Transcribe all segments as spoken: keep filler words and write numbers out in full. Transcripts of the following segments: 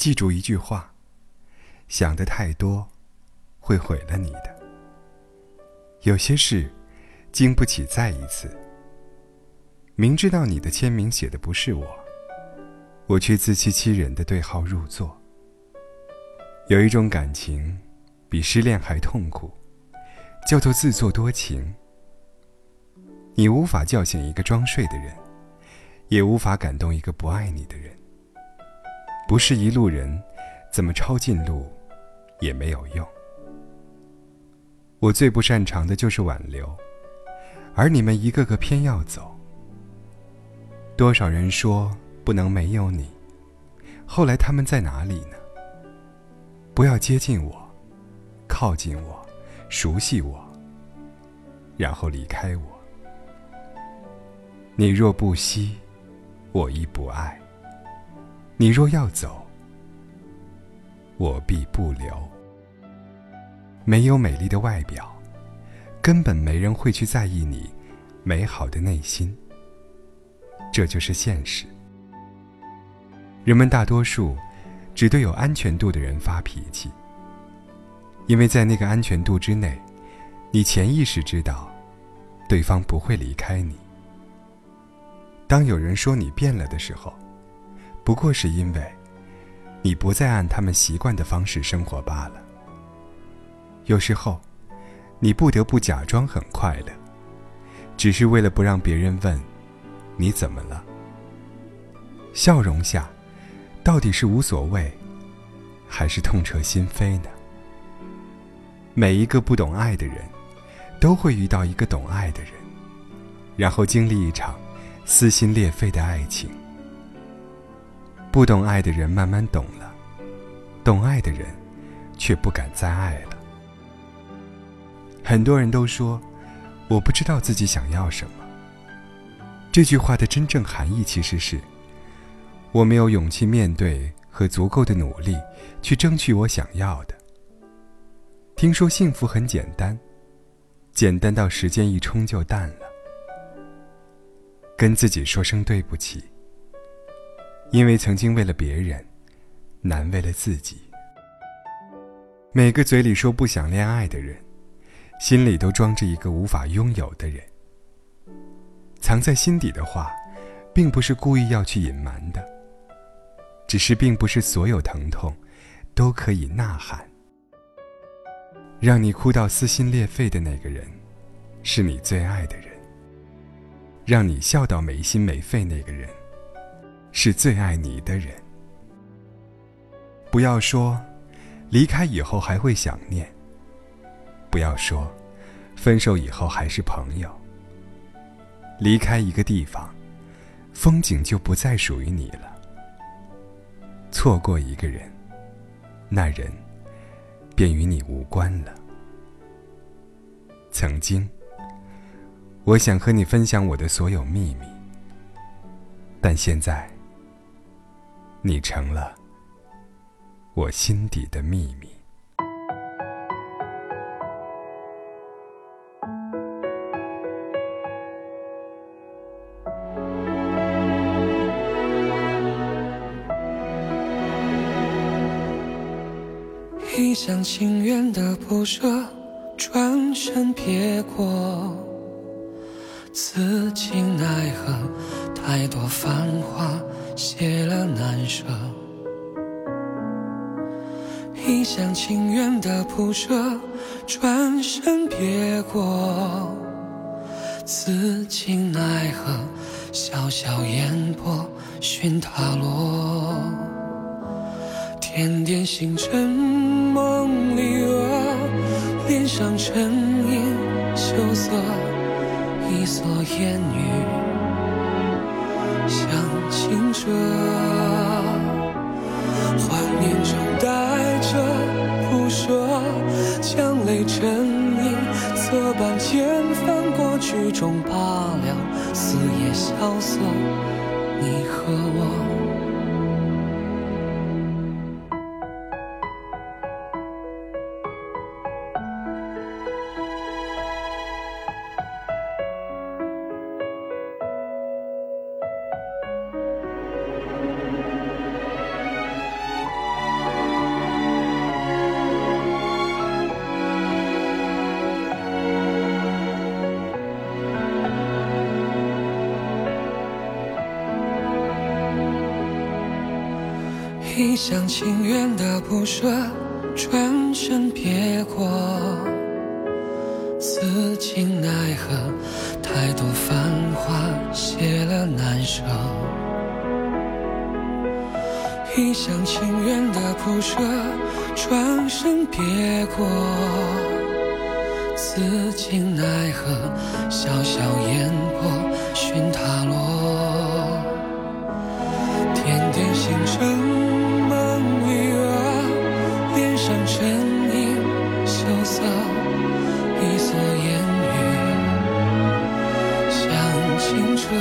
记住一句话，想得太多会毁了你的。有些事经不起再一次。明知道你的签名写的不是我，我却自欺欺人的对号入座。有一种感情比失恋还痛苦，叫做自作多情。你无法叫醒一个装睡的人，也无法感动一个不爱你的人。不是一路人，怎么抄近路也没有用。我最不擅长的就是挽留，而你们一个个偏要走。多少人说不能没有你，后来他们在哪里呢？不要接近我，靠近我，熟悉我，然后离开我。你若不惜，我亦不爱；你若要走，我必不留。没有美丽的外表，根本没人会去在意你美好的内心。这就是现实。人们大多数只对有安全度的人发脾气，因为在那个安全度之内，你潜意识知道对方不会离开你。当有人说你变了的时候，不过是因为你不再按他们习惯的方式生活罢了。有时候你不得不假装很快乐，只是为了不让别人问你怎么了。笑容下到底是无所谓还是痛彻心扉呢？每一个不懂爱的人都会遇到一个懂爱的人，然后经历一场撕心裂肺的爱情。不懂爱的人慢慢懂了，懂爱的人却不敢再爱了。很多人都说我不知道自己想要什么，这句话的真正含义其实是我没有勇气面对和足够的努力去争取我想要的。听说幸福很简单，简单到时间一冲就淡了。跟自己说声对不起，因为曾经为了别人难为了自己。每个嘴里说不想恋爱的人，心里都装着一个无法拥有的人。藏在心底的话并不是故意要去隐瞒的，只是并不是所有疼痛都可以呐喊。让你哭到撕心裂肺的那个人是你最爱的人，让你笑到没心没肺那个人是最爱你的人。不要说离开以后还会想念，不要说分手以后还是朋友。离开一个地方，风景就不再属于你了。错过一个人，那人便与你无关了。曾经，我想和你分享我的所有秘密，但现在，你成了我心底的秘密。 一厢情愿的不舍，转身别过，此情奈何，太多繁华谢了难舍。一厢情愿的不舍，转身别过，此情奈何，潇潇烟波寻他落。点点星辰梦里额，脸上沉吟羞涩，一蓑烟雨像清澈。怀念中带着不舍，将泪沉吟，侧半间翻过曲终罢了，四野萧瑟，你和我。 一厢情愿的不舍，转身别过，此情奈何，太多繁华谢了难舍。一厢情愿的不舍，转身别过，此情奈何，小小烟波寻他落。点点星辰梦里啊，脸上沉吟羞涩，一蓑烟雨像清澈，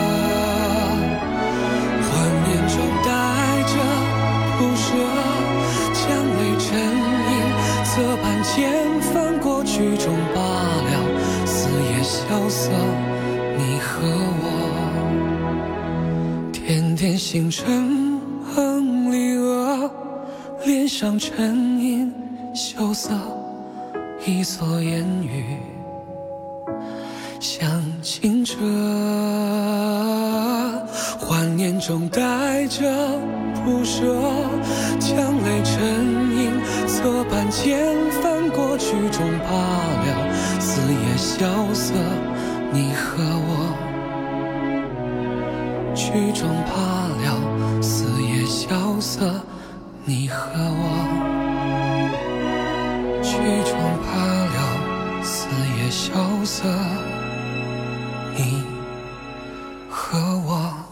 幻念中带着不舍，将泪沉吟，侧畔间翻过剧中罢了，四野萧瑟，你和我。点点星辰哼离额，脸上沉吟羞涩，一蓑烟雨像清澈，幻念中带着不舍，将泪沉吟，侧畔间翻过剧中罢了，四野萧瑟，你和我。剧中罢了，四野萧瑟，你和我。剧中罢了，四野萧瑟，你和我。